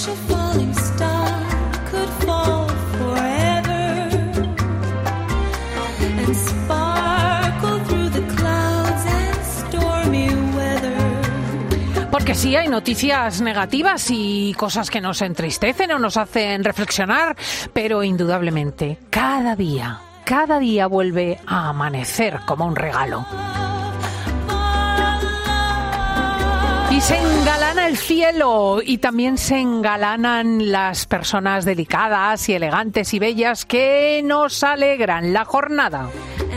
Porque sí, hay noticias negativas y cosas que nos entristecen o nos hacen reflexionar, pero indudablemente cada día vuelve a amanecer como un regalo. Y se engalana el cielo y también se engalanan las personas delicadas y elegantes y bellas que nos alegran la jornada.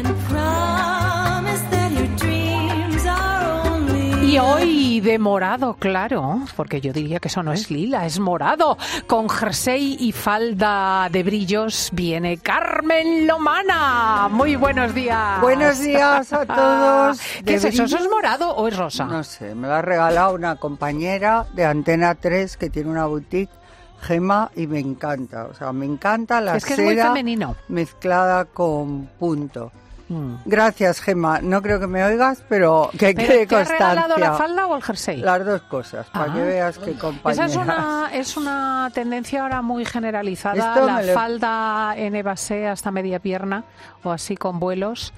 Y hoy de morado, claro, porque yo diría que eso no es lila, es morado. Con jersey y falda de brillos viene Carmen Lomana. Muy buenos días. Buenos días a todos. ¿Qué es eso? ¿Eso es morado o es rosa? No sé, me lo ha regalado una compañera de Antena 3 que tiene una boutique, Gema, y me encanta. O sea, me encanta la es que seda es muy femenino. Mezclada con punto. Gracias, Gema. No creo que me oigas, pero que quede constancia. ¿Te ha regalado la falda o el jersey? Las dos cosas, para que veas que compañeras. Esa es una tendencia ahora muy generalizada, falda en evasé hasta media pierna, o así con vuelos,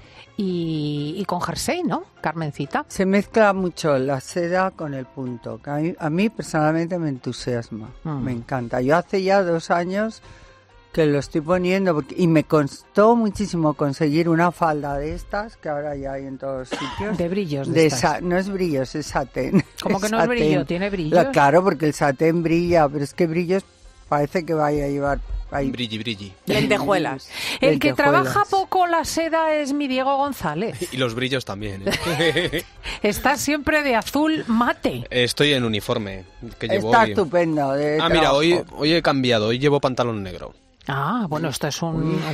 y con jersey, ¿no, Carmencita? Se mezcla mucho la seda con el punto, que a mí personalmente me entusiasma, me encanta. Yo hace ya 2 años que lo estoy poniendo y me costó muchísimo conseguir una falda de estas que ahora ya hay en todos sitios. De brillos. No es brillos, es satén. ¿Cómo que no es brillo? ¿Tiene brillos? Claro, porque el satén brilla, pero es que brillos parece que vaya a llevar ahí. Brilli. Lentejuelas. El que trabaja poco la seda es mi Diego González. Y los brillos también. Está siempre de azul mate. Estoy en uniforme que llevo Está hoy. estupendo. Mira, hoy he cambiado, hoy llevo pantalón negro. Bueno, esto es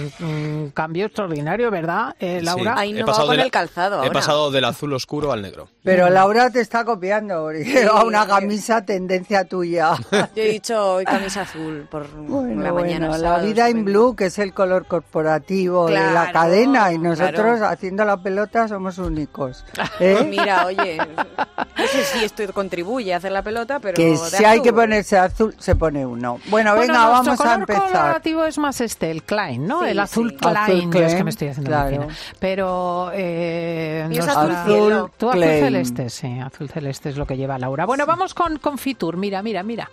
un cambio extraordinario, ¿verdad, Laura? Sí. Ahí no va con el calzado ahora. He pasado del azul oscuro al negro. Pero Laura te está copiando, porque lleva una camisa tendencia tuya. Yo he dicho hoy camisa azul por la mañana. La vida in blue, que es el color corporativo de la cadena, y nosotros haciendo la pelota somos únicos. Pues mira, oye, no sé si esto contribuye a hacer la pelota, pero que si hay que ponerse azul, se pone uno. Bueno, venga, vamos a empezar. Es más el Klein, ¿no? Sí, el azul sí. Klein. Yo es que me estoy haciendo muy fina. Pero es azul tú azul celeste, sí, azul celeste es lo que lleva Laura. Bueno, vamos con Fitur. Mira.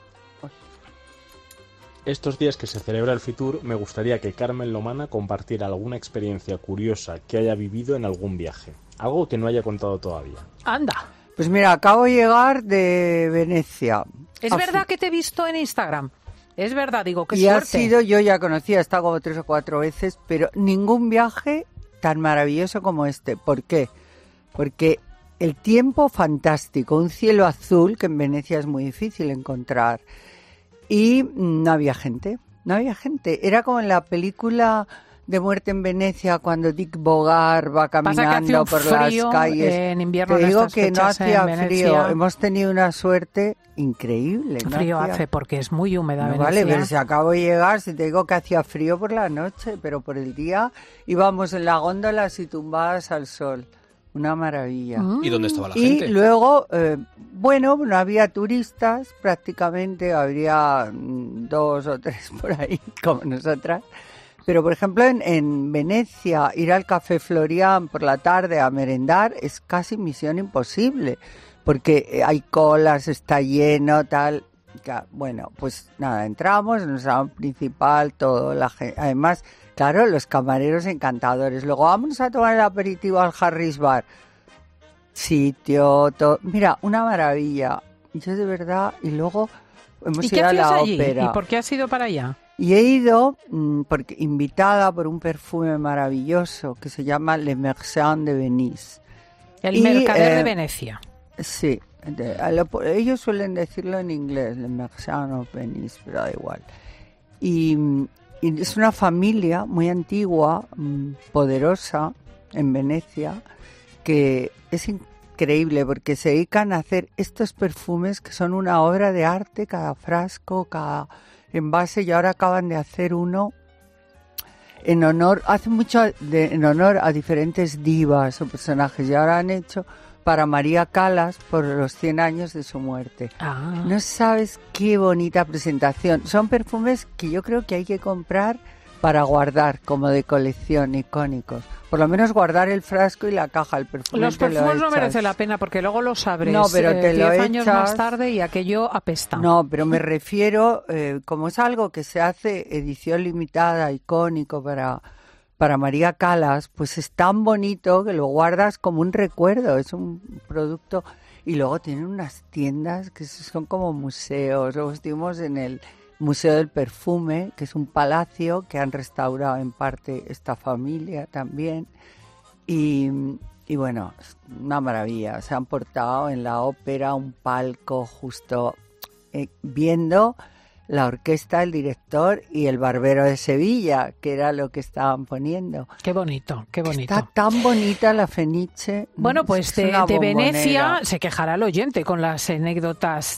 Estos días que se celebra el Fitur, me gustaría que Carmen Lomana compartiera alguna experiencia curiosa que haya vivido en algún viaje. Algo que no haya contado todavía. Anda. Pues mira, acabo de llegar de Venecia. ¿Es verdad que te he visto en Instagram? Es verdad, digo, qué y suerte. Yo ya conocía, he estado como 3 o 4 veces, pero ningún viaje tan maravilloso como este. ¿Por qué? Porque el tiempo fantástico, un cielo azul, que en Venecia es muy difícil encontrar, y no había gente. Era como en la película de Muerte en Venecia, cuando Dick Bogart va caminando por las calles. En invierno. Te digo que no hacía frío. Hemos tenido una suerte increíble. Frío hace porque es muy húmeda Venecia. Vale, pero si acabo de llegar, si te digo que hacía frío por la noche, pero por el día íbamos en la góndola y tumbadas al sol. Una maravilla. ¿Y dónde estaba la gente? Y luego, no había turistas, prácticamente habría 2 o 3 por ahí, como nosotras. Pero, por ejemplo, en Venecia, ir al Café Florian por la tarde a merendar es casi misión imposible, porque hay colas, está lleno, tal. Bueno, pues nada, entramos en el salón principal, todo, la gente. Además, claro, los camareros encantadores. Luego, vámonos a tomar el aperitivo al Harris Bar. Sitio, todo. Mira, una maravilla. Yo de verdad, y luego hemos ido a la ópera. ¿Y por qué has ido para allá? Y he ido porque invitada por un perfume maravilloso que se llama Le Merchant de Venise. El mercader de Venecia. Sí, ellos suelen decirlo en inglés, Le Merchant of Venice, pero da igual. Y es una familia muy antigua, poderosa, en Venecia, que es increíble porque se dedican a hacer estos perfumes que son una obra de arte, cada frasco, cada envase, y ahora acaban de hacer uno en honor a diferentes divas o personajes, y ahora han hecho, para María Callas por los 100 años de su muerte. Ah. No sabes qué bonita presentación. Son perfumes que yo creo que hay que comprar para guardar como de colección, icónicos. Por lo menos guardar el frasco y la caja, el perfume. Los perfumes no merece la pena porque luego los abres No, pero te 10 lo años echas. más tarde y aquello apesta. No, pero me refiero, como es algo que se hace edición limitada, icónico para María Callas, pues es tan bonito que lo guardas como un recuerdo, es un producto. Y luego tienen unas tiendas que son como museos. Luego estuvimos en el Museo del Perfume, que es un palacio que han restaurado en parte esta familia también. Y bueno, es una maravilla. Se han portado en la ópera un palco justo viendo la orquesta, el director y el barbero de Sevilla, que era lo que estaban poniendo. Qué bonito, qué bonito. Está tan bonita la Fenice. Bueno, pues Es una de Venecia bombonera. se quejará el oyente con las anécdotas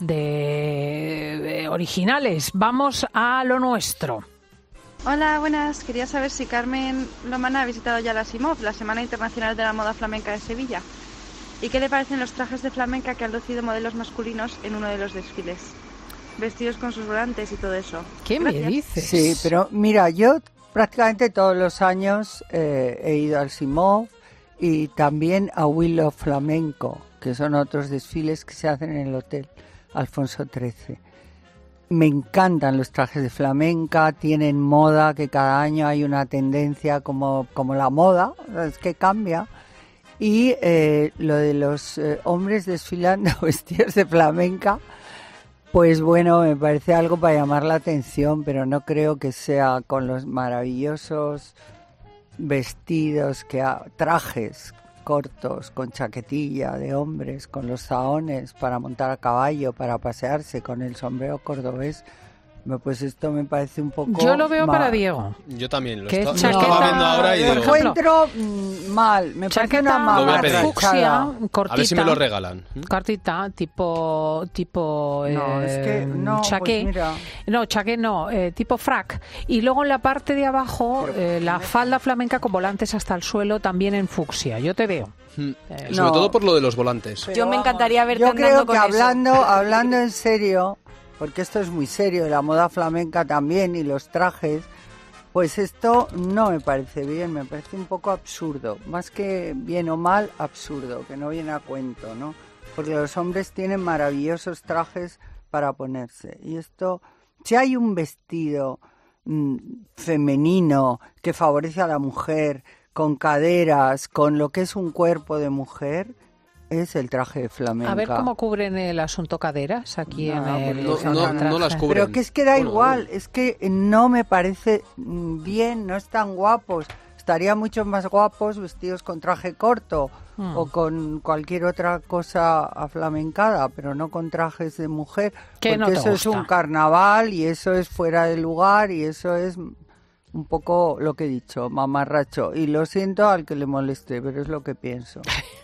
de originales. Vamos a lo nuestro. Hola, buenas. Quería saber si Carmen Lomana ha visitado ya la SIMOF, la Semana Internacional de la Moda Flamenca de Sevilla. ¿Y qué le parecen los trajes de flamenca que han lucido modelos masculinos en uno de los desfiles? Vestidos con sus volantes y todo eso. ¿Qué Gracias. me dices? Sí, pero mira, yo prácticamente todos los años he ido al SIMOF y también a Willow Flamenco, que son otros desfiles que se hacen en el Hotel Alfonso XIII. Me encantan los trajes de flamenca, tienen moda, que cada año hay una tendencia como la moda, es que cambia. Y lo de los hombres desfilando vestidos de flamenca, pues bueno, me parece algo para llamar la atención, pero no creo que sea con los maravillosos vestidos, trajes cortos, con chaquetilla de hombres, con los zahones para montar a caballo, para pasearse, con el sombrero cordobés. Pues esto me parece un poco... Yo lo veo para Diego. Yo también lo ¿Qué estaba chaqueta? viendo ahora y Lo digo, encuentro mal, me parece Chaqueta una Lo voy a pedir. fucsia, cortita. a ver si me lo regalan. Cortita, tipo No, es que no, chaqué. pues mira. No, chaqué no, tipo frac. Y luego en la parte de abajo, la falda flamenca con volantes hasta el suelo, también en fucsia. Yo te veo. Sobre No. todo por lo de los volantes. Yo me encantaría verte Yo andando creo con que eso. hablando en serio, porque esto es muy serio, la moda flamenca también y los trajes, pues esto no me parece bien, me parece un poco absurdo, más que bien o mal, absurdo, que no viene a cuento, ¿no? Porque los hombres tienen maravillosos trajes para ponerse, y esto, si hay un vestido femenino que favorece a la mujer, con caderas, con lo que es un cuerpo de mujer, es el traje de flamenca. A ver cómo cubren el asunto caderas aquí No, en el porque No las cubren. Pero que es que da Bueno, igual, es que no me parece bien, no están guapos. Estarían mucho más guapos vestidos con traje corto o con cualquier otra cosa aflamencada, pero no con trajes de mujer, ¿Qué porque no te eso es gusta? un carnaval y eso es fuera de lugar y eso es un poco lo que he dicho, mamarracho. Y lo siento al que le moleste, pero es lo que pienso.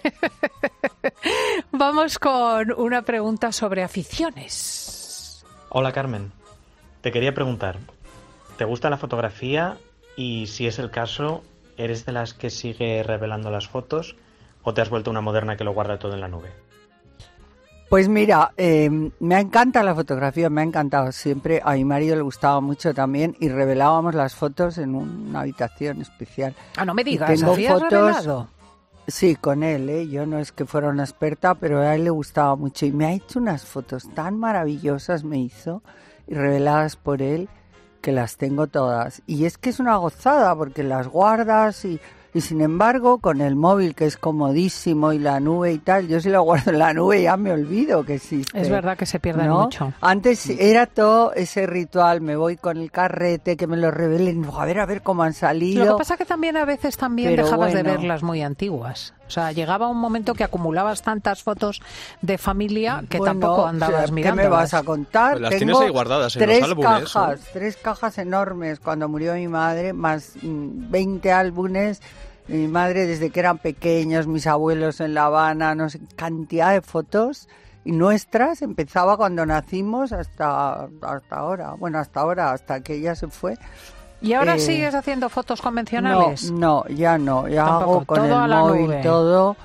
Vamos con una pregunta sobre aficiones. Hola Carmen, te quería preguntar, ¿te gusta la fotografía? Y si es el caso, ¿eres de las que sigue revelando las fotos o te has vuelto una moderna que lo guarda todo en la nube? Pues mira, me encanta la fotografía, me ha encantado siempre. A mi marido le gustaba mucho también y revelábamos las fotos en una habitación especial. Ah, no me Y digas, tengo ¿habías fotos- revelado? Sí, con él, ¿eh? Yo no es que fuera una experta, pero a él le gustaba mucho y me ha hecho unas fotos tan maravillosas, me hizo, y reveladas por él, que las tengo todas. Y es que es una gozada porque las guardas y sin embargo con el móvil, que es comodísimo, y la nube y tal, yo si lo guardo en la nube ya me olvido que existe. Es verdad que se pierden ¿no? mucho. Antes era todo ese ritual, me voy con el carrete, que me lo revelen, a ver cómo han salido. Lo que pasa es que también a veces Pero dejabas de bueno. ver las muy antiguas. O sea, llegaba un momento que acumulabas tantas fotos de familia que Bueno, tampoco andabas ¿qué mirando. me vas a contar? Pues las Tengo tienes ahí guardadas en los álbumes, tres cajas enormes cuando murió mi madre, más 20 álbumes. Mi madre desde que eran pequeños, mis abuelos en La Habana, no sé, cantidad de fotos. Y nuestras empezaba cuando nacimos hasta ahora. Bueno, hasta que ella se fue. ¿Y ahora Eh, sigues haciendo fotos convencionales? No, ya no, ya Tampoco, hago con todo a el la móvil nube. todo.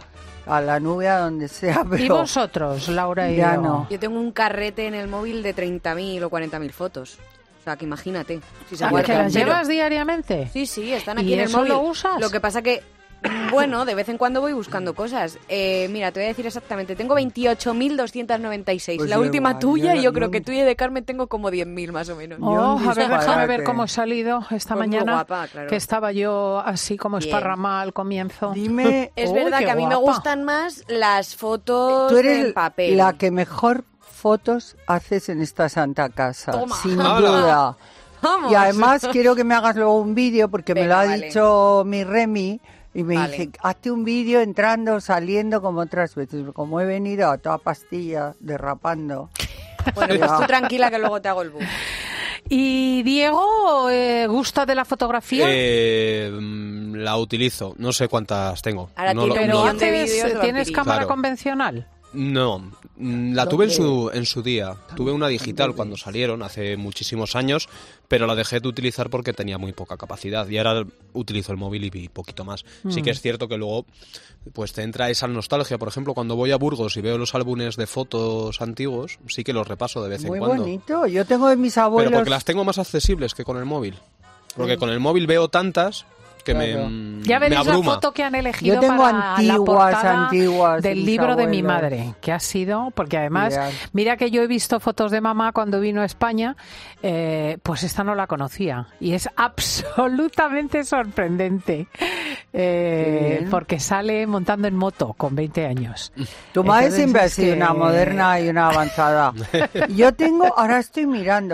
a la nube, a donde sea, pero... ¿Y vosotros, Laura y ya Diego? no. Yo tengo un carrete en el móvil de 30.000 o 40.000 fotos. O sea, que imagínate. Si se ¿Que guardan. las llevas diariamente? Sí, están ¿Y aquí en el eso móvil. lo usas? Lo que pasa que, bueno, de vez en cuando voy buscando cosas. Mira, te voy a decir exactamente. Tengo 28.296. Pues la yo última igual, tuya, yo y yo creo no- que tuya y de Carmen tengo como 10.000 más o menos. Oh, a ver, déjame disparate. ver cómo he salido esta Pues muy mañana, guapa, claro. que estaba yo así como Bien. esparramada al comienzo. Dime, Es Uy, verdad qué que a mí me guapa. gustan más las fotos tú eres en papel. la que mejor fotos haces en esta santa casa, Toma. sin ¡Hala! duda. Vamos. Y además quiero que me hagas luego un vídeo, porque me lo Venga, ha vale. dicho mi Remy, y me Vale. dice, hazte un vídeo entrando, saliendo como otras veces. Como he venido a toda pastilla, derrapando. Bueno, pues tú tranquila que luego te hago el book. ¿Y Diego gusta de la fotografía? La utilizo. No sé cuántas tengo. Ahora No tiene lo- un Pero no- millón de haces- vídeos de ¿tienes vampirismo. cámara Claro. convencional? No, la tuve en su día. Tuve una digital cuando salieron, hace muchísimos años, pero la dejé de utilizar porque tenía muy poca capacidad. Y ahora utilizo el móvil y poquito más. Sí que es cierto que luego pues te entra esa nostalgia. Por ejemplo, cuando voy a Burgos y veo los álbumes de fotos antiguos, sí que los repaso de vez Muy en cuando. bonito. Yo tengo de mis abuelos... Pero porque las tengo más accesibles que con el móvil. Porque con el móvil veo tantas que Claro. Ya me veréis la abruma. foto que han elegido Yo tengo para antiguas, la portada antiguas de del mis libro de mi abuelos. madre, que ha sido, porque además, Ideal. mira que yo he visto fotos de mamá cuando vino a España, pues esta no la conocía y es absolutamente sorprendente, bien. porque sale montando en moto con 20 años. Tu madre Entonces siempre ha es sido que- una moderna y una avanzada. Yo tengo, ahora estoy mirando,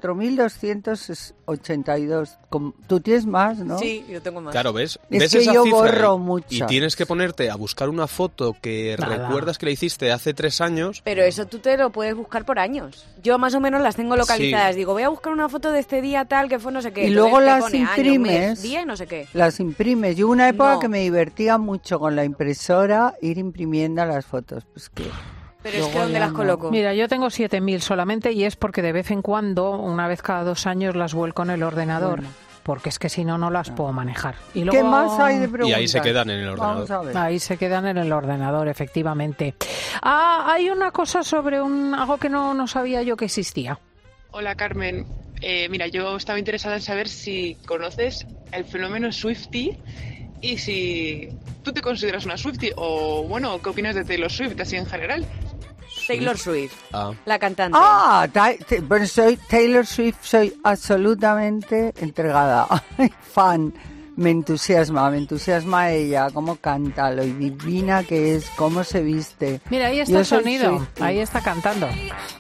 24.282. Tú tienes más, ¿no? Sí, yo tengo más. Claro, ¿ves? Es ¿Ves que esa yo cifra borro y muchas. tienes que ponerte a buscar una foto que Nada. recuerdas que le hiciste hace 3 años. Pero eso tú te lo puedes buscar por años. Yo más o menos las tengo localizadas. Digo, voy a buscar una foto de este día tal que fue no sé qué. Y Entonces luego te las pone año, imprimes. mes, día y no sé qué. Las imprimes. Yo una época No. que me divertía mucho con la impresora ir imprimiendo las fotos. Pues que Pero es que luego ¿dónde ya las no. coloco? Mira, yo tengo 7.000 solamente y es porque de vez en cuando, una vez cada 2 años, las vuelco en el ordenador. Bueno. Porque es que si no, no las puedo manejar. Y ¿Qué luego- más hay de Y preguntas? ahí se quedan en el ordenador. Vamos a ver. Ahí se quedan en el ordenador, efectivamente. Hay una cosa sobre algo que no sabía yo que existía. Hola Carmen, mira, yo estaba interesada en saber si conoces el fenómeno Swiftie y si tú te consideras una Swiftie o, bueno, ¿qué opinas de Taylor Swift así en general? Taylor Swift, Ah. la cantante. Pero soy Taylor Swift, soy absolutamente entregada. Fan. Me entusiasma ella, cómo canta, lo divina que es, cómo se viste. Mira, ahí está Yo el soy sonido. Swiftie. Ahí está cantando.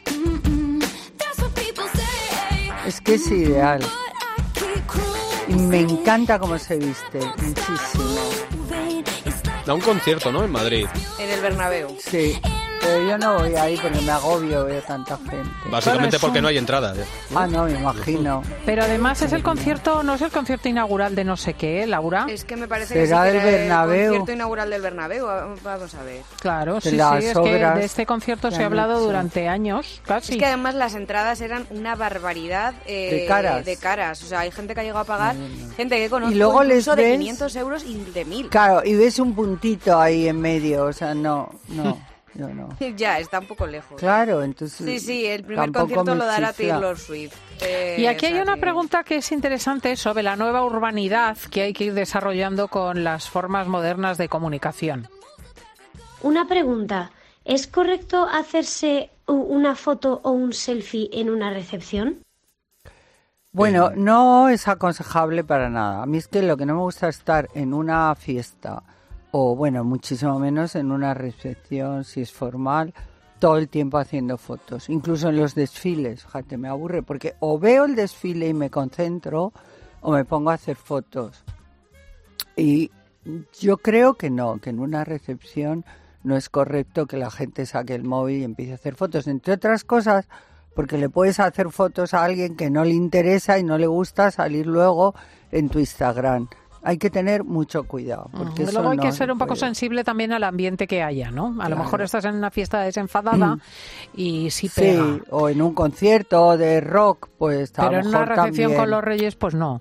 Es que es ideal. Y me encanta cómo se viste, muchísimo. Da un concierto, ¿no? En Madrid. En el Bernabéu. Sí, pero yo no voy ahí porque me agobio ver tanta gente. Básicamente es porque un- no hay entradas. Ah, no, me imagino. Pero además es el concierto, no es el concierto inaugural de no sé qué, Laura. Es que me parece Será que sí del que era Bernabéu. el concierto inaugural del Bernabéu. Vamos a ver. Claro, De sí, las es que obras de este concierto que se ha han hablado hecho. durante años, casi. Es que además las entradas eran una barbaridad De caras. de caras. O sea, hay gente que ha llegado a pagar, gente que conozco, Y luego les incluso de ves- 500 euros y de 1.000. Claro, y ves un puntito ahí en medio, o sea, no, yo no. Ya, está un poco lejos. Claro, entonces... Sí, el primer tampoco concierto me lo dará chifla. Taylor Swift. Y aquí o hay sea una que- pregunta que es interesante sobre la nueva urbanidad que hay que ir desarrollando con las formas modernas de comunicación. Una pregunta. ¿Es correcto hacerse una foto o un selfie en una recepción? Bueno, no es aconsejable para nada. A mí es que lo que no me gusta es estar en una fiesta o, bueno, muchísimo menos en una recepción, si es formal, todo el tiempo haciendo fotos. Incluso en los desfiles, fíjate, me aburre porque o veo el desfile y me concentro o me pongo a hacer fotos. Y yo creo que no, que en una recepción no es correcto que la gente saque el móvil y empiece a hacer fotos, entre otras cosas porque le puedes hacer fotos a alguien que no le interesa y no le gusta salir luego en tu Instagram. Hay que tener mucho cuidado. Porque eso Luego hay no que se ser un poco puede. sensible también al ambiente que haya, ¿no? A lo Claro. mejor estás en una fiesta desenfadada y sí pega. Sí, o en un concierto de rock, pues a Pero lo en una mejor recepción también. con los reyes, pues no.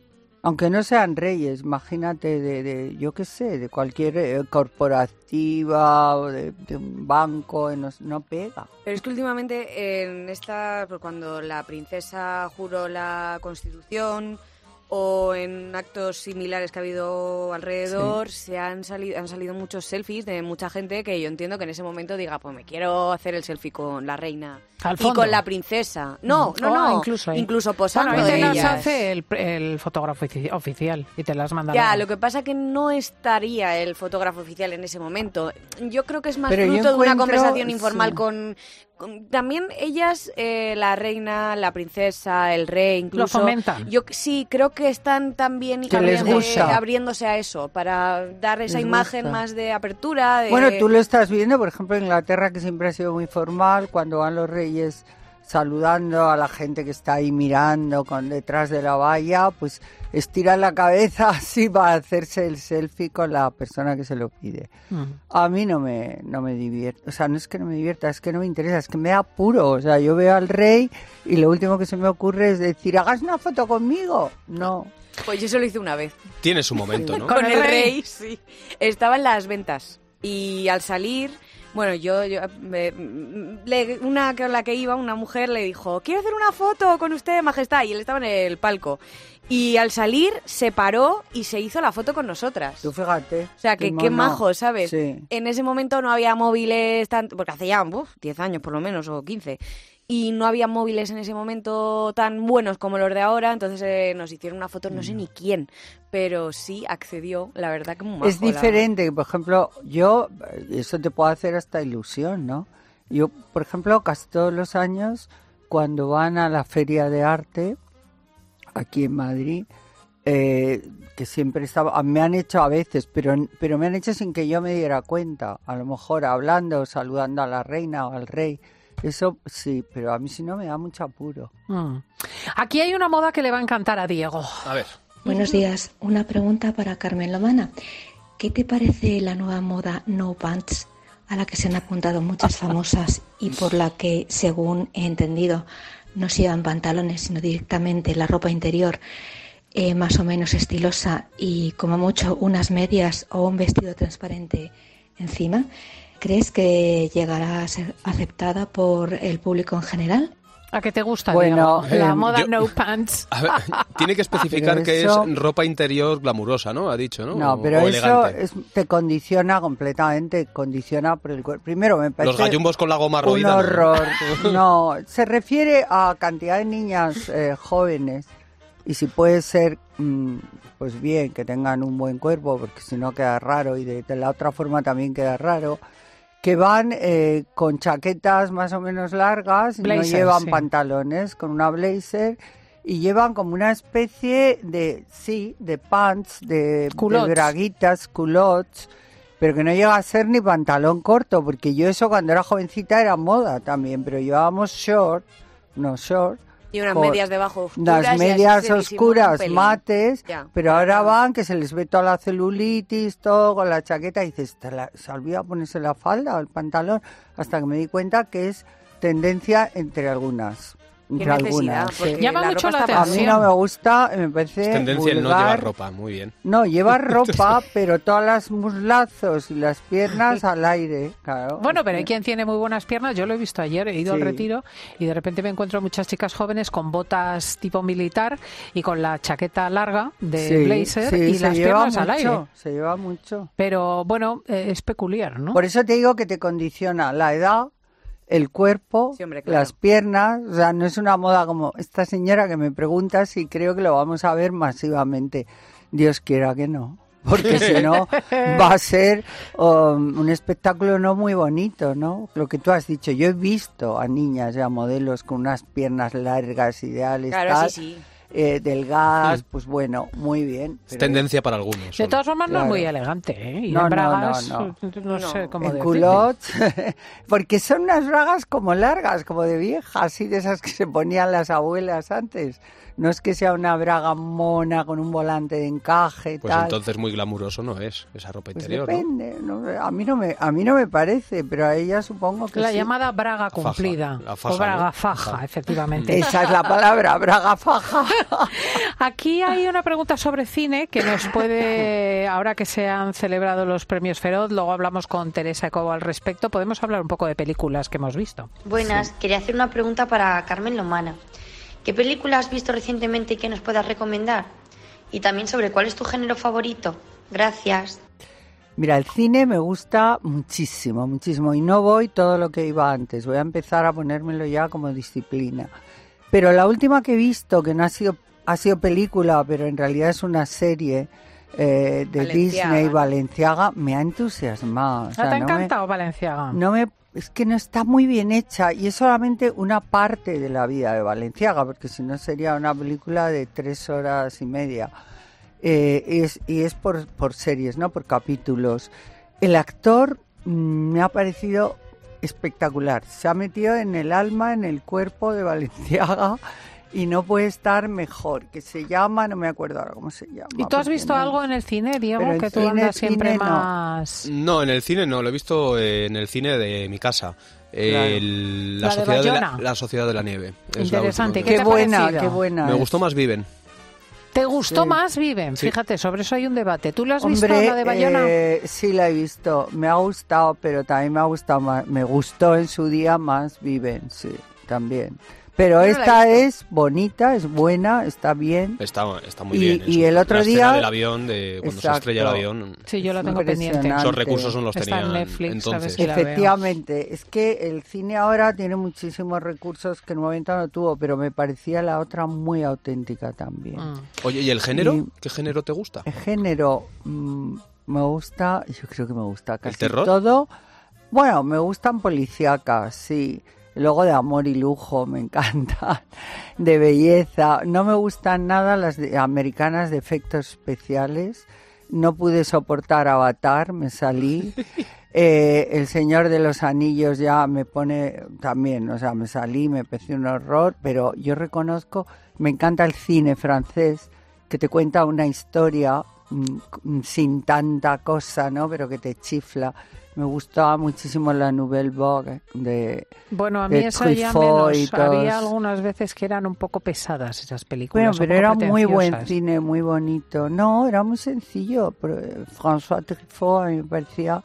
Aunque no sean reyes, imagínate yo qué sé, de cualquier corporativa o de un banco, no pega. Pero es que últimamente pues cuando la princesa juró la Constitución o en actos similares que ha habido alrededor, han salido muchos selfies de mucha gente que yo entiendo que en ese momento diga, pues me quiero hacer el selfie con la reina y con la princesa. No, incluso posando ahí de te las ellas. hace el fotógrafo oficial y te las manda. Ya, lo que pasa que no estaría el fotógrafo oficial en ese momento. Yo creo que es más Pero fruto de una conversación informal sí. con también ellas, la reina, la princesa, el rey, incluso. Lo fomentan. Yo sí creo que están también abriéndose a eso, para dar esa imagen más de apertura. Bueno, tú lo estás viendo, por ejemplo, en Inglaterra, que siempre ha sido muy formal, cuando van los reyes saludando a la gente que está ahí mirando detrás de la valla, pues estiran la cabeza así para hacerse el selfie con la persona que se lo pide. A mí no me divierte, o sea, no es que no me divierta, es que no me interesa, es que me da apuro. O sea, yo veo al rey y lo último que se me ocurre es decir, ¿hagas una foto conmigo? No. Pues yo solo hice una vez. Tiene su momento, ¿no? Con el rey, sí. Estaba en las ventas y al salir... Bueno, una con la que iba, una mujer le dijo, quiero hacer una foto con usted, majestad, y él estaba en el palco. Y al salir se paró y se hizo la foto con nosotras. Tú fíjate. O sea, que qué majo, ¿sabes? Sí. En ese momento no había móviles, porque hace ya 10 años por lo menos, o 15. Y no había móviles en ese momento tan buenos como los de ahora, entonces nos hicieron una foto, no sé ni quién, pero sí accedió, la verdad que muy majo. Es diferente, por ejemplo, yo, eso te puede hacer hasta ilusión, ¿no? Yo, por ejemplo, casi todos los años, cuando van a la Feria de Arte, aquí en Madrid, que siempre estaba, me han hecho a veces, pero me han hecho sin que yo me diera cuenta, a lo mejor hablando, saludando a la reina o al rey. Eso sí, pero a mí sí no me da mucho apuro. Aquí hay una moda que le va a encantar a Diego. A ver. Buenos días. Una pregunta para Carmen Lomana. ¿Qué te parece la nueva moda no pants a la que se han apuntado muchas famosas y por la que, según he entendido, no se llevan pantalones, sino directamente la ropa interior más o menos estilosa y como mucho unas medias o un vestido transparente encima? ¿Crees que llegará a ser aceptada por el público en general? ¿A qué te gusta, bueno, Diego? La moda no pants. A ver, tiene que especificar que es ropa interior glamurosa, ¿no? Ha dicho, ¿no? No, pero eso te condiciona completamente, condiciona por el cuerpo. Primero me parece... Los gallumbos con la goma roída. Un horror. No, se refiere a cantidad de niñas jóvenes y si puede ser, pues bien, que tengan un buen cuerpo, porque si no queda raro y de la otra forma también queda raro. Que van con chaquetas más o menos largas, blazer, no llevan pantalones, con una blazer y llevan como una especie de pants, de braguitas, culottes, pero que no llega a ser ni pantalón corto, porque yo eso cuando era jovencita era moda también, pero llevábamos short. Y unas medias debajo oscuras. Las medias oscuras, mates, pero ahora van que se les ve toda la celulitis, todo con la chaqueta, y dices, ¿se olvida ponerse la falda o el pantalón? Hasta que me di cuenta que es tendencia entre algunas. Llama mucho la atención. A mí no me gusta, me parece es tendencia vulgar. No llevar ropa, muy bien. No, llevar ropa, pero todas las muslazos y las piernas al aire, claro. Bueno, pero hay quien tiene muy buenas piernas. Yo lo he visto ayer, he ido al retiro y de repente me encuentro muchas chicas jóvenes con botas tipo militar y con la chaqueta larga de blazer y las piernas al aire. Se lleva mucho. Pero bueno, es peculiar, ¿no? Por eso te digo que te condiciona la edad, el cuerpo, las piernas, o sea, no es una moda como esta señora que me pregunta si creo que lo vamos a ver masivamente. Dios quiera que no, porque si no va a ser un espectáculo no muy bonito, ¿no? Lo que tú has dicho, yo he visto a niñas y a modelos con unas piernas largas, ideales, claro, sí. Delgadas, pues bueno, muy bien. Es tendencia para algunos. De todas formas no es muy elegante, ¿eh? Y en bragas, no sé cómo decirlo. Culottes, porque son unas bragas como largas, como de viejas, así de esas que se ponían las abuelas antes. No es que sea una braga mona con un volante de encaje, pues tal. Entonces muy glamuroso no es esa ropa interior, depende, ¿no? A mí no me parece, pero a ella supongo que la llamada braga cumplida, faja, o braga faja, efectivamente. Esa es la palabra, braga faja. Aquí hay una pregunta sobre cine que nos puede, ahora que se han celebrado los premios Feroz, luego hablamos con Teresa Cobo al respecto, podemos hablar un poco de películas que hemos visto. Buenas, quería hacer una pregunta para Carmen Lomana. ¿Qué película has visto recientemente y que nos puedas recomendar? Y también sobre cuál es tu género favorito. Gracias. Mira, el cine me gusta muchísimo, muchísimo. Y no voy todo lo que iba antes. Voy a empezar a ponérmelo ya como disciplina. Pero la última que he visto, que no ha sido película, pero en realidad es una serie de Disney, Balenciaga, me ha entusiasmado. O sea, ¿Te ha encantado Balenciaga? Es que no está muy bien hecha y es solamente una parte de la vida de Balenciaga, porque si no sería una película de 3 horas y media. Y es por series, ¿no? Por capítulos. El actor me ha parecido espectacular. Se ha metido en el alma, en el cuerpo de Balenciaga y no puede estar mejor. Que se llama, no me acuerdo ahora cómo se llama. ¿Y tú has visto algo en el cine, Diego? Que tú andas siempre más... No, en el cine no, lo he visto en el cine de mi casa. Claro. La Sociedad de la Nieve. Interesante. Qué buena. Me gustó más Viven. ¿Te gustó más Viven? Sí. Fíjate, sobre eso hay un debate. ¿Tú la has visto, la de Bayona? Sí, la he visto. Me ha gustado, pero también me ha gustado más. Me gustó en su día más Viven, sí, también. Pero esta es bonita, es buena, está bien. Está muy bien. Y el otro día... del avión, de cuando se estrella el avión. Sí, yo la tengo pendiente. Esos recursos no los está tenían en Netflix, entonces. Si efectivamente, es que el cine ahora tiene muchísimos recursos que en un momento no tuvo, pero me parecía la otra muy auténtica también. Oye, ¿y el género? ¿Qué género te gusta? El género me gusta, yo creo que me gusta casi ¿El terror? todo. Bueno, me gustan policíacas, sí. Luego de amor y lujo, me encantan, de belleza. No me gustan nada las americanas de efectos especiales. No pude soportar Avatar, me salí. El Señor de los Anillos ya me pone también, o sea, me salí, me pareció un horror, pero yo reconozco, me encanta el cine francés, que te cuenta una historia sin tanta cosa, ¿no? Pero que te chifla. Me gustaba muchísimo la Nouvelle Vague de Bueno, a mí esa ya menos. Había algunas veces que eran un poco pesadas esas películas. Bueno, pero era muy buen cine, muy bonito. No, era muy sencillo. François Truffaut a mí me parecía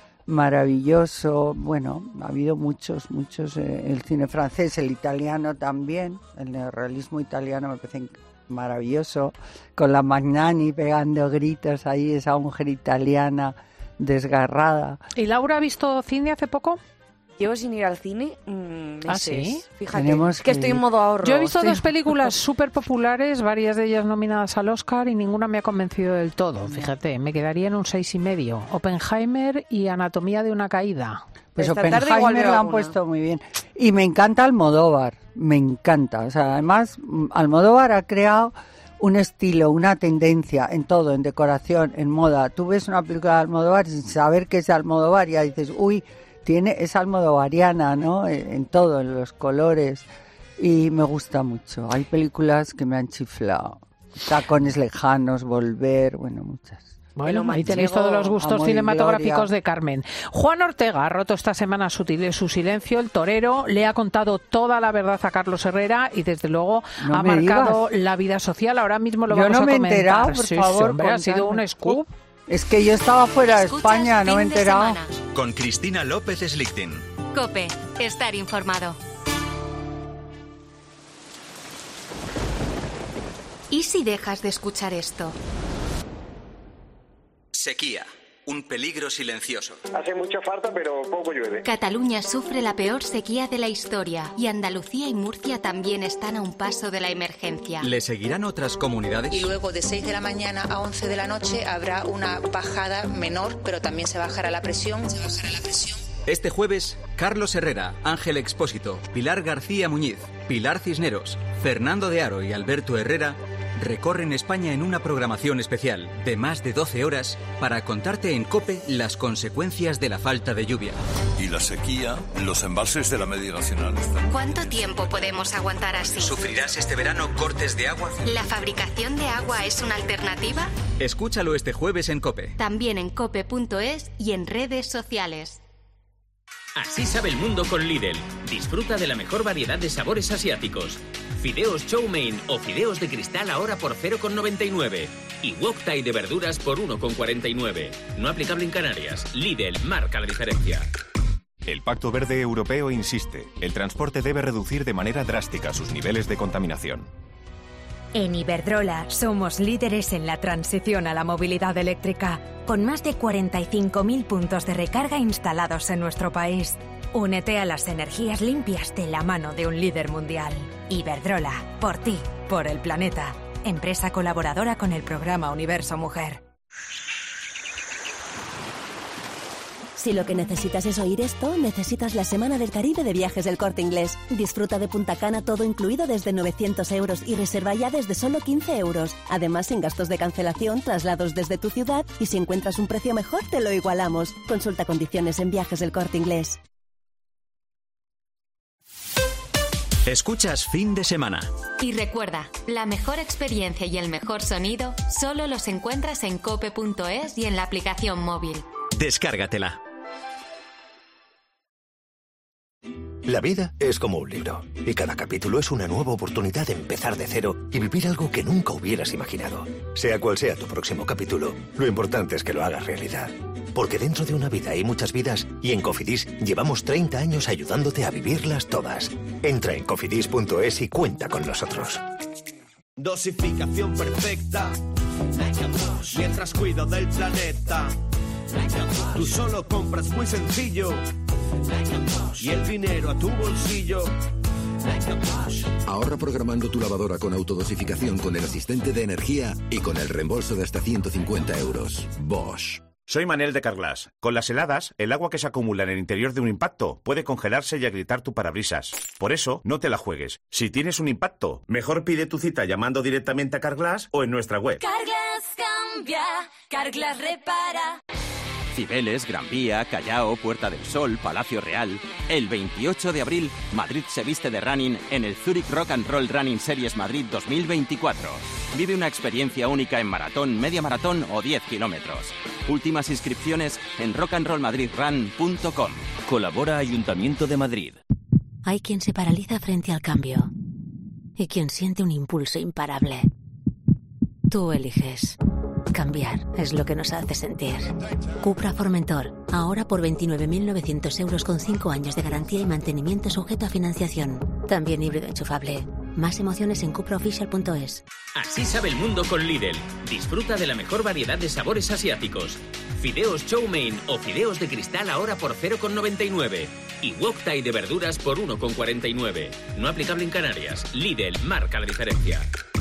maravilloso. Bueno, ha habido muchos. El cine francés, el italiano también. El neorrealismo italiano me parece maravilloso. Con la Magnani pegando gritos ahí, esa mujer italiana desgarrada. ¿Y Laura ha visto cine hace poco? Llevo sin ir al cine meses. ¿Ah, sí? Fíjate, que estoy en modo ahorro. Yo he visto 2 películas súper populares, varias de ellas nominadas al Oscar, y ninguna me ha convencido del todo. Fíjate, me quedaría en un 6,5. Oppenheimer y Anatomía de una caída. Pues Oppenheimer la han puesto muy bien. Y me encanta Almodóvar, me encanta. O sea, además, Almodóvar ha creado un estilo, una tendencia en todo, en decoración, en moda. Tú ves una película de Almodóvar sin saber que es de Almodóvar y ya dices, uy, es almodovariana, ¿no? En todo, en los colores. Y me gusta mucho. Hay películas que me han chiflado. Tacones lejanos, Volver, bueno, muchas. Bueno, ahí tenéis todos los gustos cinematográficos de Carmen. Juan Ortega ha roto esta semana su silencio. El torero le ha contado toda la verdad a Carlos Herrera y desde luego ha marcado la vida social. Ahora mismo lo vamos a comentar. Yo no me he enterado, por favor. Hombre, ha sido un scoop. Es que yo estaba fuera de España, no me he enterado. Con Cristina López Slichting. COPE, estar informado. ¿Y si dejas de escuchar esto? Sequía, un peligro silencioso. Hace mucha falta, pero poco llueve. Cataluña sufre la peor sequía de la historia y Andalucía y Murcia también están a un paso de la emergencia. ¿Le seguirán otras comunidades? Y luego de 6 de la mañana a 11 de la noche habrá una bajada menor, pero también se bajará la presión. Este jueves, Carlos Herrera, Ángel Expósito, Pilar García Muñiz, Pilar Cisneros, Fernando de Aro y Alberto Herrera recorren España en una programación especial de más de 12 horas para contarte en COPE las consecuencias de la falta de lluvia. Y la sequía, los embalses de la media nacional están... ¿Cuánto tiempo podemos aguantar así? ¿Sufrirás este verano cortes de agua? ¿La fabricación de agua es una alternativa? Escúchalo este jueves en COPE. También en cope.es y en redes sociales. Así sabe el mundo con Lidl. Disfruta de la mejor variedad de sabores asiáticos. Fideos chow mein o fideos de cristal ahora por 0,99. Y wok thai de verduras por 1,49. No aplicable en Canarias. Lidl marca la diferencia. El Pacto Verde Europeo insiste, el transporte debe reducir de manera drástica sus niveles de contaminación. En Iberdrola somos líderes en la transición a la movilidad eléctrica, con más de 45.000 puntos de recarga instalados en nuestro país. Únete a las energías limpias de la mano de un líder mundial. Iberdrola, por ti, por el planeta. Empresa colaboradora con el programa Universo Mujer. Si lo que necesitas es oír esto, necesitas la Semana del Caribe de Viajes del Corte Inglés. Disfruta de Punta Cana todo incluido desde 900 euros y reserva ya desde solo 15 euros. Además, sin gastos de cancelación, traslados desde tu ciudad y si encuentras un precio mejor, te lo igualamos. Consulta condiciones en Viajes del Corte Inglés. Escuchas Fin de Semana. Y recuerda, la mejor experiencia y el mejor sonido solo los encuentras en cope.es y en la aplicación móvil. Descárgatela. La vida es como un libro, y cada capítulo es una nueva oportunidad de empezar de cero y vivir algo que nunca hubieras imaginado. Sea cual sea tu próximo capítulo, lo importante es que lo hagas realidad. Porque dentro de una vida hay muchas vidas, y en Cofidis llevamos 30 años ayudándote a vivirlas todas. Entra en cofidis.es y cuenta con nosotros. Dosificación perfecta, mientras cuido del planeta. Tú solo compras muy sencillo y el dinero a tu bolsillo. Ahorra programando tu lavadora con autodosificación con el asistente de energía y con el reembolso de hasta 150 euros. Bosch. Soy Manel de Carglass. Con las heladas, el agua que se acumula en el interior de un impacto puede congelarse y agrietar tu parabrisas. Por eso, no te la juegues. Si tienes un impacto, mejor pide tu cita llamando directamente a Carglass o en nuestra web. Carglass cambia, Carglass repara. Cibeles, Gran Vía, Callao, Puerta del Sol, Palacio Real. El 28 de abril, Madrid se viste de running en el Zurich Rock and Roll Running Series Madrid 2024. Vive una experiencia única en maratón, media maratón o 10 kilómetros. Últimas inscripciones en rockandrollmadridrun.com. Colabora Ayuntamiento de Madrid. Hay quien se paraliza frente al cambio y quien siente un impulso imparable. Tú eliges. Cambiar es lo que nos hace sentir. Cupra Formentor, ahora por 29.900 euros con 5 años de garantía y mantenimiento sujeto a financiación. También híbrido enchufable. Más emociones en cupraofficial.es. Así sabe el mundo con Lidl. Disfruta de la mejor variedad de sabores asiáticos. Fideos chow mein o fideos de cristal ahora por 0,99. Y wok thai de verduras por 1,49. No aplicable en Canarias. Lidl marca la diferencia.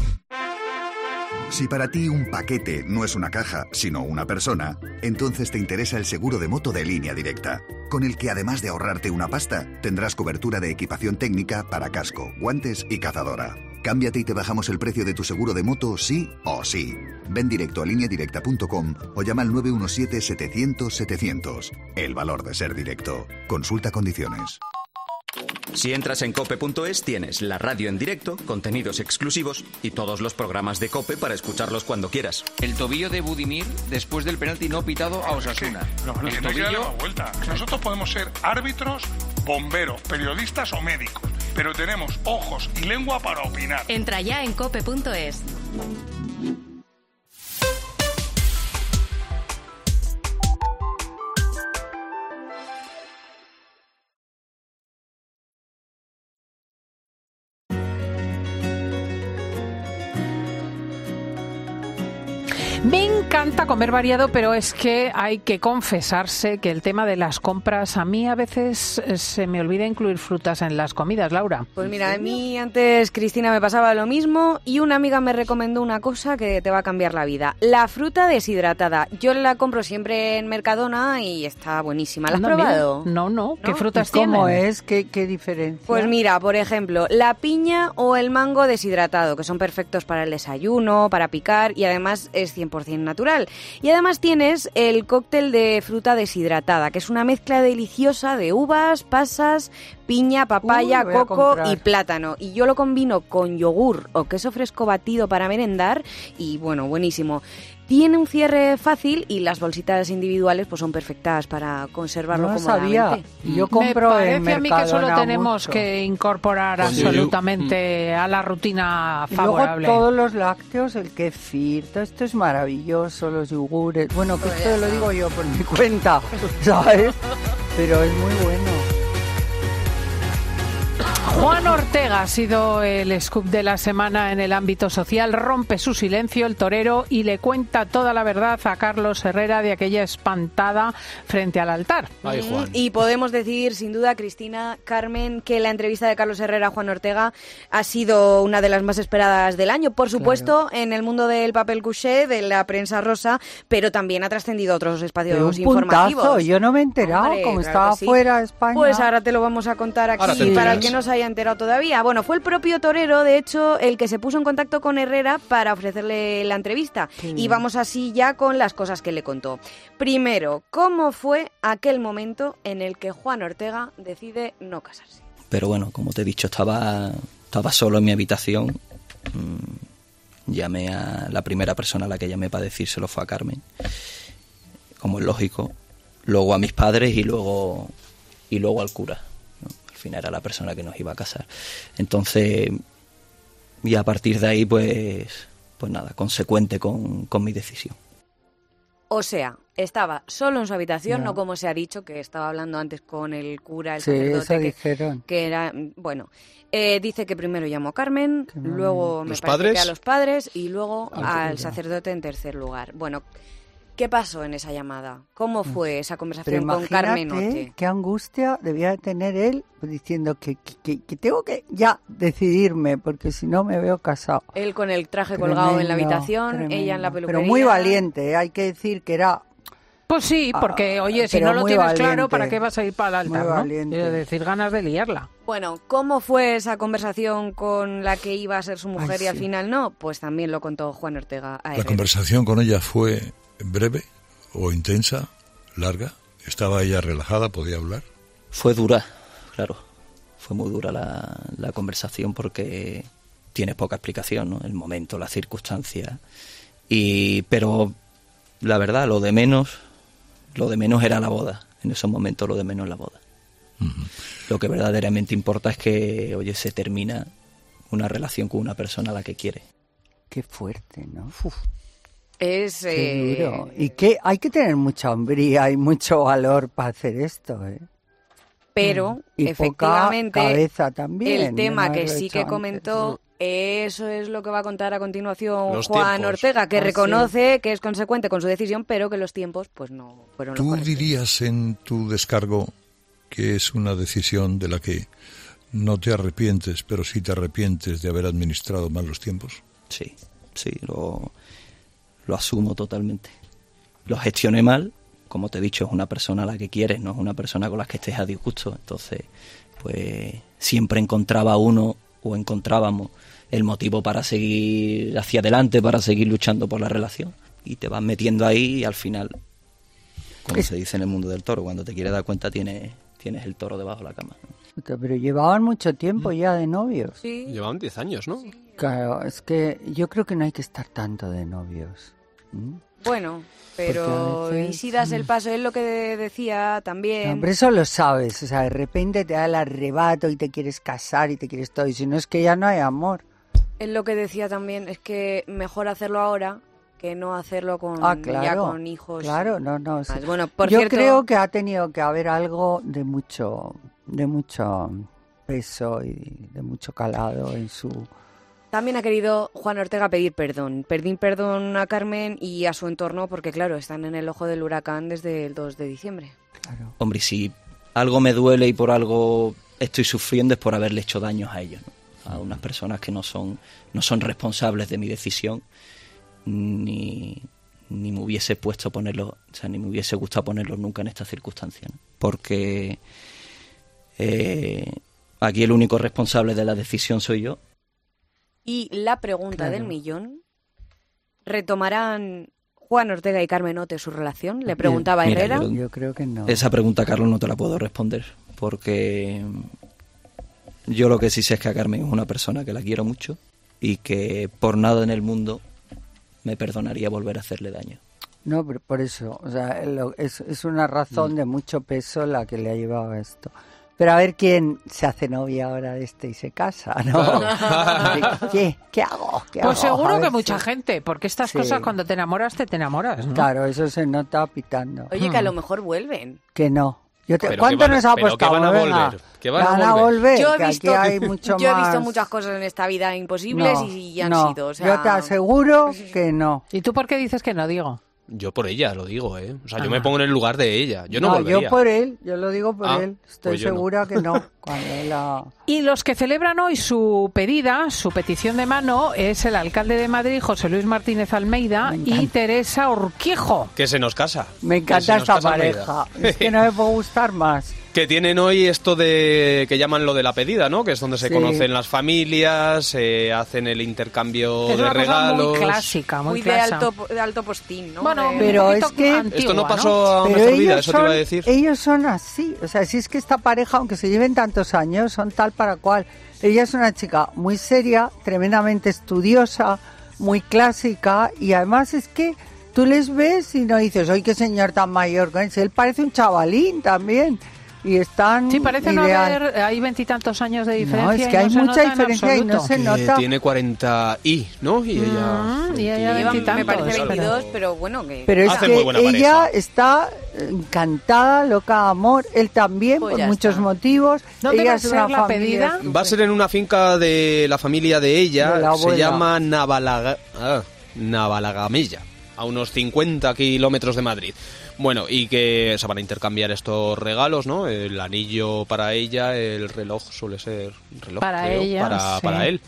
Si para ti un paquete no es una caja, sino una persona, entonces te interesa el seguro de moto de Línea Directa, con el que además de ahorrarte una pasta, tendrás cobertura de equipación técnica para casco, guantes y cazadora. Cámbiate y te bajamos el precio de tu seguro de moto sí o sí. Ven directo a lineadirecta.com o llama al 917-700-700. El valor de ser directo. Consulta condiciones. Si entras en cope.es tienes la radio en directo, contenidos exclusivos y todos los programas de Cope para escucharlos cuando quieras. El tobillo de Budimir después del penalti no pitado a Osasuna. No, que no se da la vuelta. Nosotros podemos ser árbitros, bomberos, periodistas o médicos, pero tenemos ojos y lengua para opinar. Entra ya en cope.es. Me encanta comer variado, pero es que hay que confesarse que el tema de las compras, a mí a veces se me olvida incluir frutas en las comidas, Laura. Pues mira, a mí antes Cristina me pasaba lo mismo y una amiga me recomendó una cosa que te va a cambiar la vida. La fruta deshidratada. Yo la compro siempre en Mercadona y está buenísima. ¿La has probado? No. ¿Qué frutas ¿Cómo tienen? es? ¿Qué diferencia? Pues mira, por ejemplo, la piña o el mango deshidratado, que son perfectos para el desayuno, para picar y además es 100% natural. Y además tienes el cóctel de fruta deshidratada, que es una mezcla deliciosa de uvas, pasas, piña, papaya, voy a coco comprar. y plátano. Y yo lo combino con yogur o queso fresco batido para merendar y bueno, buenísimo. Tiene un cierre fácil y las bolsitas individuales pues son perfectas para conservarlo No cómodamente. sabía. Yo compro Me en parece a mí que Mercadona solo tenemos mucho. que incorporar absolutamente a la rutina Y luego favorable. todos los lácteos, el kefir, todo esto es maravilloso, los yogures. Bueno, que esto lo digo yo por mi cuenta, ¿sabes? Pero es muy bueno. Juan Ortega ha sido el scoop de la semana en el ámbito social. Rompe su silencio el torero y le cuenta toda la verdad a Carlos Herrera de aquella espantada frente al altar. Ay, Juan. Y podemos decir, sin duda, Cristina, Carmen, que la entrevista de Carlos Herrera a Juan Ortega ha sido una de las más esperadas del año, por supuesto, en el mundo del papel couché, de la prensa rosa, pero también ha trascendido a otros espacios Pero un informativos. puntazo, yo no me he enterado, Hombre, como claro estaba que sí. fuera de España. Pues ahora te lo vamos a contar Ahora aquí te para el enteras. que no se haya enterado todavía. Bueno, fue el propio torero, de hecho, el que se puso en contacto con Herrera para ofrecerle la entrevista. Y vamos así ya con las cosas que le contó. Primero, ¿cómo fue aquel momento en el que Juan Ortega decide no casarse? Pero bueno, como te he dicho, estaba solo en mi habitación. Llamé a la primera persona a la que llamé para decírselo fue a Carmen, como es lógico. Luego a mis padres y luego al cura, ¿no? Al final era la persona que nos iba a casar. Entonces, y a partir de ahí, pues nada, consecuente con mi decisión. O sea, estaba solo en su habitación, Ya. no como se ha dicho, que estaba hablando antes con el cura, el Sí, eso sacerdote, dijeron. que era, bueno, dice que primero llamó a Carmen, luego me ¿Los parece padres? que a los padres y luego Al al cura. sacerdote en tercer lugar. Bueno, ¿qué pasó en esa llamada? ¿Cómo fue esa Pero conversación con Carmen Ote? imagínate qué angustia debía de tener él pues, diciendo que tengo que ya decidirme, porque si no me veo casado. Él con el traje colgado en la Tremendo, habitación, ella en la tremendo. peluquería. Pero muy valiente, hay que decir que era... Pues sí, porque oye, si pero no lo muy tienes claro, valiente. ¿para qué vas a ir para el Muy altar, no? valiente. Es decir, ganas de liarla. Bueno, ¿cómo fue esa conversación con la que iba a ser su mujer Ay, y al sí. final no? Pues también lo contó Juan Ortega a La Herrera. conversación con ella fue breve o intensa, larga. Estaba ella relajada, podía hablar. Fue dura, claro. Fue muy dura la conversación porque tiene poca explicación, ¿no? El momento, las circunstancias. Pero la verdad, lo de menos era la boda. En esos momentos lo de menos la boda. Lo que verdaderamente importa es que, oye, se termina una relación con una persona a la que quiere. Qué fuerte, ¿no? Es Qué duro. Y que hay que tener mucha hombría y mucho valor para hacer esto, ¿eh? Pero, Y efectivamente, poca cabeza también, el tema no que haberlo sí hecho que antes. comentó, eso es lo que va a contar a continuación Los Juan tiempos. Ortega, que Ah, sí. reconoce que es consecuente con su decisión, pero que los tiempos pues no fueron los ¿Tú correctos. dirías en tu descargo que es una decisión de la que no te arrepientes, pero sí te arrepientes de haber administrado mal los tiempos? Sí, lo asumo totalmente. Lo gestioné mal, como te he dicho, es una persona a la que quieres, no es una persona con la que estés a disgusto. Entonces, pues siempre encontrábamos el motivo para seguir hacia adelante, para seguir luchando por la relación. Y te vas metiendo ahí y al final, como se dice en el mundo del toro, cuando te quieres dar cuenta tienes el toro debajo de la cama, ¿no? Pero llevaban mucho tiempo ya de novios. Sí. Llevaban 10 años, ¿no? Claro, es que yo creo que no hay que estar tanto de novios. ¿Mm? Bueno, pero Porque a veces, y si das el paso, él lo que decía también... No, pero eso lo sabes, o sea, de repente te da el arrebato y te quieres casar y te quieres todo, y si no es que ya no hay amor. Él lo que decía también es que mejor hacerlo ahora que no hacerlo con, Claro, ya con hijos. Claro, no. Sí. Bueno, por yo cierto, creo que ha tenido que haber algo de mucho peso y de mucho calado en su... también ha querido Juan Ortega pedir perdón a Carmen y a su entorno, porque claro, están en el ojo del huracán desde el 2 de diciembre. Claro. Hombre, si algo me duele y por algo estoy sufriendo es por haberle hecho daños a ellos, ¿no? A unas personas que no son responsables de mi decisión, ni me hubiese puesto a ponerlos, o sea, ni me hubiese gustado ponerlos nunca en estas circunstancias, ¿no? Porque aquí el único responsable de la decisión soy yo. Y la pregunta Claro. del millón, ¿retomarán Juan Ortega y Carmen Ote su relación? Le preguntaba Mira, Herrera. Yo creo que no. Esa pregunta, Carlos, no te la puedo responder, porque Yo lo que sí sé es que a Carmen es una persona que la quiero mucho y que por nada en el mundo me perdonaría volver a hacerle daño. No, pero por eso, o sea, es una razón de mucho peso la que le ha llevado a esto. Pero a ver quién se hace novia ahora de este y se casa, ¿no? Claro. ¿Qué hago? Pues seguro que mucha gente, porque estas cosas cuando te enamoras, ¿no? Claro, eso se nota pitando. Oye, que a lo mejor vuelven. Que no. Pero ¿Cuánto nos ha pero apostado? que van a Venga, volver. Que van a volver. Yo que he visto, aquí hay mucho yo he más. visto muchas cosas en esta vida imposibles y ya han sido. O sea... Yo te aseguro que no. ¿Y tú por qué dices que no, Diego? Yo por ella lo digo, ¿eh? O sea, yo me pongo en el lugar de ella. Yo no volvería. Yo por él, yo lo digo por él. Estoy pues yo segura que no. Cuando él Y los que celebran hoy su pedida, su petición de mano, es el alcalde de Madrid, José Luis Martínez Almeida, y Teresa Urquijo. Que se nos casa. Me encanta esta pareja. Es que no me puede gustar más. Que tienen hoy esto de que llaman lo de la pedida, ¿no? Que es donde se conocen las familias, hacen el intercambio es de una regalos. Cosa muy clásica, muy de alto postín, ¿no? Bueno, pero es que antigua, esto no pasó ¿no? a mejor vida, eso te iba a decir. Ellos son así, o sea, si es que esta pareja, aunque se lleven tantos años, son tal para cual. Ella es una chica muy seria, tremendamente estudiosa, muy clásica, y además es que tú les ves y no dices, ¡ay, qué señor tan mayor! Él parece un chavalín también. Y están sí, parece no haber, hay 20 y tantos años de diferencia. No, es que hay mucha diferencia y no se nota. Tiene 40 ¿no? Y ella 20 y tantos. Me parece 22, pero bueno, que... Pero es que ella está encantada, loca de amor, él también, pues por muchos motivos. ¿Dónde ella va a es ser una la familia pedida? Va a ser en una finca de la familia de ella, de se llama Navalagamella, a unos 50 kilómetros de Madrid. Bueno, y que se van a intercambiar estos regalos, ¿no? El anillo para ella, el reloj suele ser reloj para creo, ella, para él.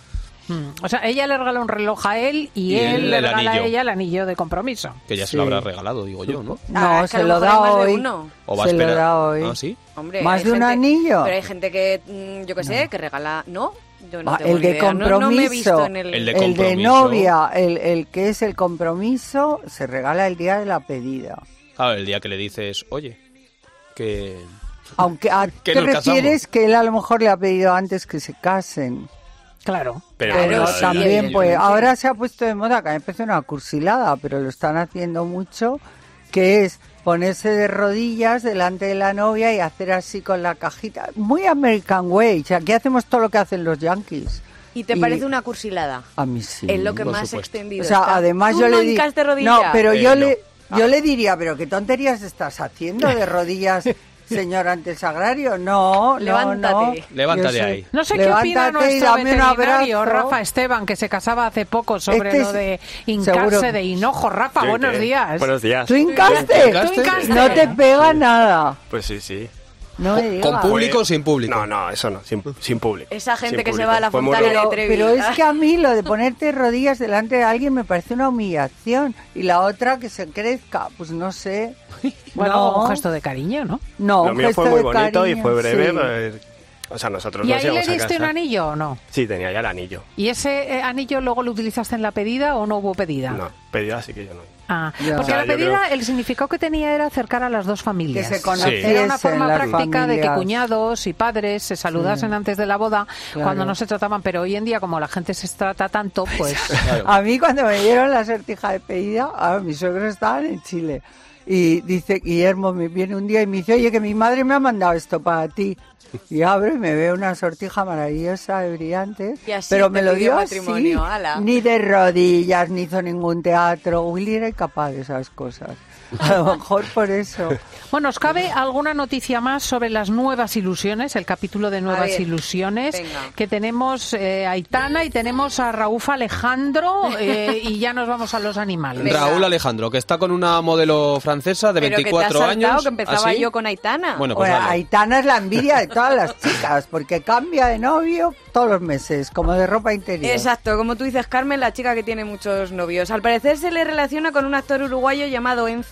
O sea, ella le regala un reloj a él y él le regala a ella el anillo de compromiso. Que ya se lo habrá regalado, digo yo, ¿no? No, se lo da hoy. ¿O va a esperar? Lo da hoy. ¿Ah, sí? Hombre, ¿Más de un anillo? Pero hay gente que, yo qué sé, que regala... ¿No? Yo no tengo el de compromiso, no me he visto en el de novia, el que es el compromiso, se regala el día de la pedida. Claro, el día que le dices, oye, que... Aunque ¿a qué te refieres? Que él a lo mejor le ha pedido antes que se casen. Claro. Pero también, pues, ahora se ha puesto de moda, que me parece una cursilada, pero lo están haciendo mucho, que es ponerse de rodillas delante de la novia y hacer así con la cajita. Muy American Way, o sea, aquí hacemos todo lo que hacen los yankees. ¿Y te parece una cursilada? A mí sí. Es lo que más extendido está. O sea, además yo le digo... No, pero yo le diría, pero ¿qué tonterías estás haciendo de rodillas, señor, ante el sagrario? No, levántate. No. Levántate ahí. No sé qué opina nuestro veterinario, Rafa Esteban, que se casaba hace poco, sobre lo de hincarse de hinojo. Rafa, buenos días. Buenos días. ¿Tú hincaste? No te pega nada. Pues sí. No me digas. ¿Con público o sin público? No, eso no, sin público. Esa gente que se va a la Fontana de Trevi. Pero es que a mí lo de ponerte rodillas delante de alguien me parece una humillación. Y la otra, que se crezca, pues no sé. Bueno, un gesto de cariño, ¿no? No, lo mío fue muy bonito y fue breve. Sí. O sea, nosotros ¿Y nos ahí íbamos le a diste casa. un anillo o no? Sí, tenía ya el anillo. ¿Y ese anillo luego lo utilizaste en la pedida o no hubo pedida? No, pedida sí que yo no. Porque la pedida, el significado que tenía era acercar a las dos familias. Que se conociesen. Era una forma las práctica familias. de que cuñados y padres se saludasen antes de la boda, cuando no se trataban. Pero hoy en día, como la gente se trata tanto, pues... A mí cuando me dieron la sortija de pedida, mis suegros estaban en Chile. Y dice, Guillermo me viene un día y me dice, oye, que mi madre me ha mandado esto para ti. Y abro y me veo una sortija maravillosa, brillante, pero me lo dio así, ni de rodillas, ni hizo ningún teatro. Willy era incapaz de esas cosas. A lo mejor por eso. Bueno, ¿os cabe alguna noticia más sobre las nuevas ilusiones, el capítulo de nuevas ilusiones? Venga. Que tenemos a Aitana y tenemos a Raúl Alejandro y ya nos vamos a los animales. Venga. Raúl Alejandro, que está con una modelo francesa de 24 años. Que empezaba yo con Aitana. Bueno, pues Aitana es la envidia de todas las chicas, porque cambia de novio todos los meses, como de ropa interior. Exacto, como tú dices, Carmen, la chica que tiene muchos novios. Al parecer se le relaciona con un actor uruguayo llamado Enzo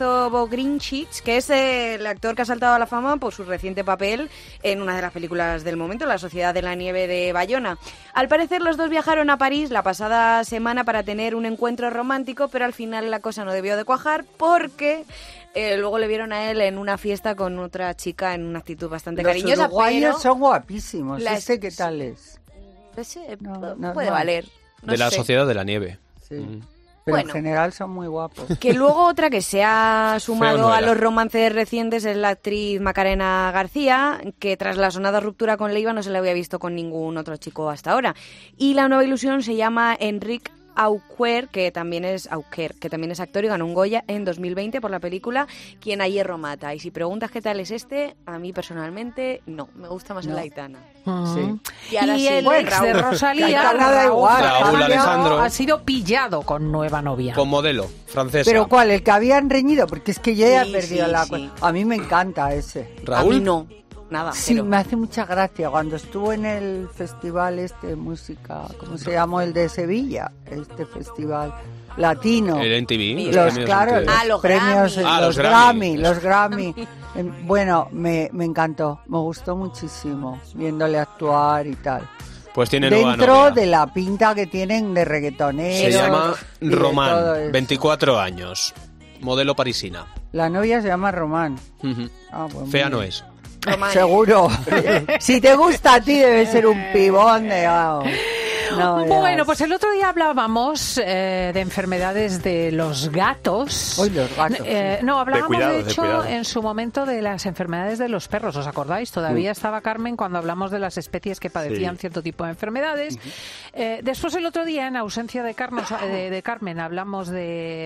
Enzo Bogrinchich, que es el actor que ha saltado a la fama por su reciente papel en una de las películas del momento, La Sociedad de la Nieve de Bayona. Al parecer los dos viajaron a París la pasada semana para tener un encuentro romántico, pero al final la cosa no debió de cuajar porque luego le vieron a él en una fiesta con otra chica en una actitud bastante cariñosa. Los uruguayos pero son guapísimos. ¿Qué tal es? Puede valer. De la Sociedad de la Nieve. Sí. Pero en general son muy guapos. Que luego otra que se ha sumado a los romances recientes es la actriz Macarena García, que tras la sonada ruptura con Leiva no se la había visto con ningún otro chico hasta ahora. Y la nueva ilusión se llama Enric Auquer, que también es actor y ganó un Goya en 2020 por la película Quien a hierro mata. Y si preguntas qué tal es a mí personalmente no, me gusta más el Aitana. Sí. Y ahora el ex de Rosalía, Raúl Alejandro, ha sido pillado con nueva novia. Con modelo, francesa. ¿Pero cuál? ¿El que habían reñido? Porque es que yo ya he perdido la cuenta. A mí me encanta ese. ¿Raúl? A mí no. Nada, sí, me hace mucha gracia. Cuando estuvo en el festival de música, ¿cómo se llamó? El de Sevilla, este festival latino. El NTV. Los premios, los Grammy. Bueno, me encantó, me gustó muchísimo viéndole actuar y tal. Pues tiene nueva novia. Dentro de la pinta que tienen de reggaetonero. Se llama Román, 24 años, modelo parisina. La novia se llama Román. Pues fea no es. Seguro. Si te gusta a ti debe ser un pibón de... Bueno, pues el otro día hablábamos de enfermedades de los gatos. Uy, los gatos. No, hablábamos de hecho en su momento de las enfermedades de los perros. ¿Os acordáis? Todavía estaba Carmen cuando hablamos de las especies que padecían cierto tipo de enfermedades. Después el otro día, en ausencia de Carmen, hablamos de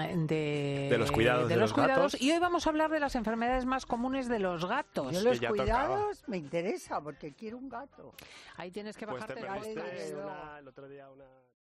los cuidados de los cuidados. Y hoy vamos a hablar de las enfermedades más comunes de los gatos. Yo los cuidados me interesa porque quiero un gato. Ahí tienes que Pues bajarte el otro día una